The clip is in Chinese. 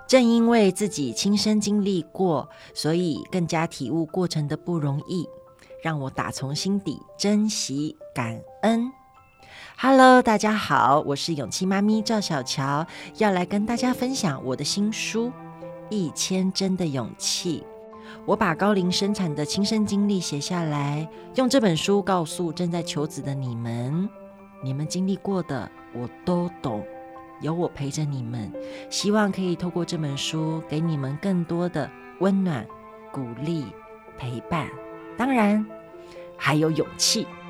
正因为自己亲身经历过，所以更加体悟过程的不容易，让我打从心底珍惜感恩。Hello， 大家好，我是勇气妈咪赵小乔，要来跟大家分享我的新书《1000真的勇气》。我把高龄生产的亲身经历写下来，用这本书告诉正在求子的你们，你们经历过的我都懂，有我陪着你们，希望可以透过这本书给你们更多的温暖、鼓励、陪伴，当然还有勇气。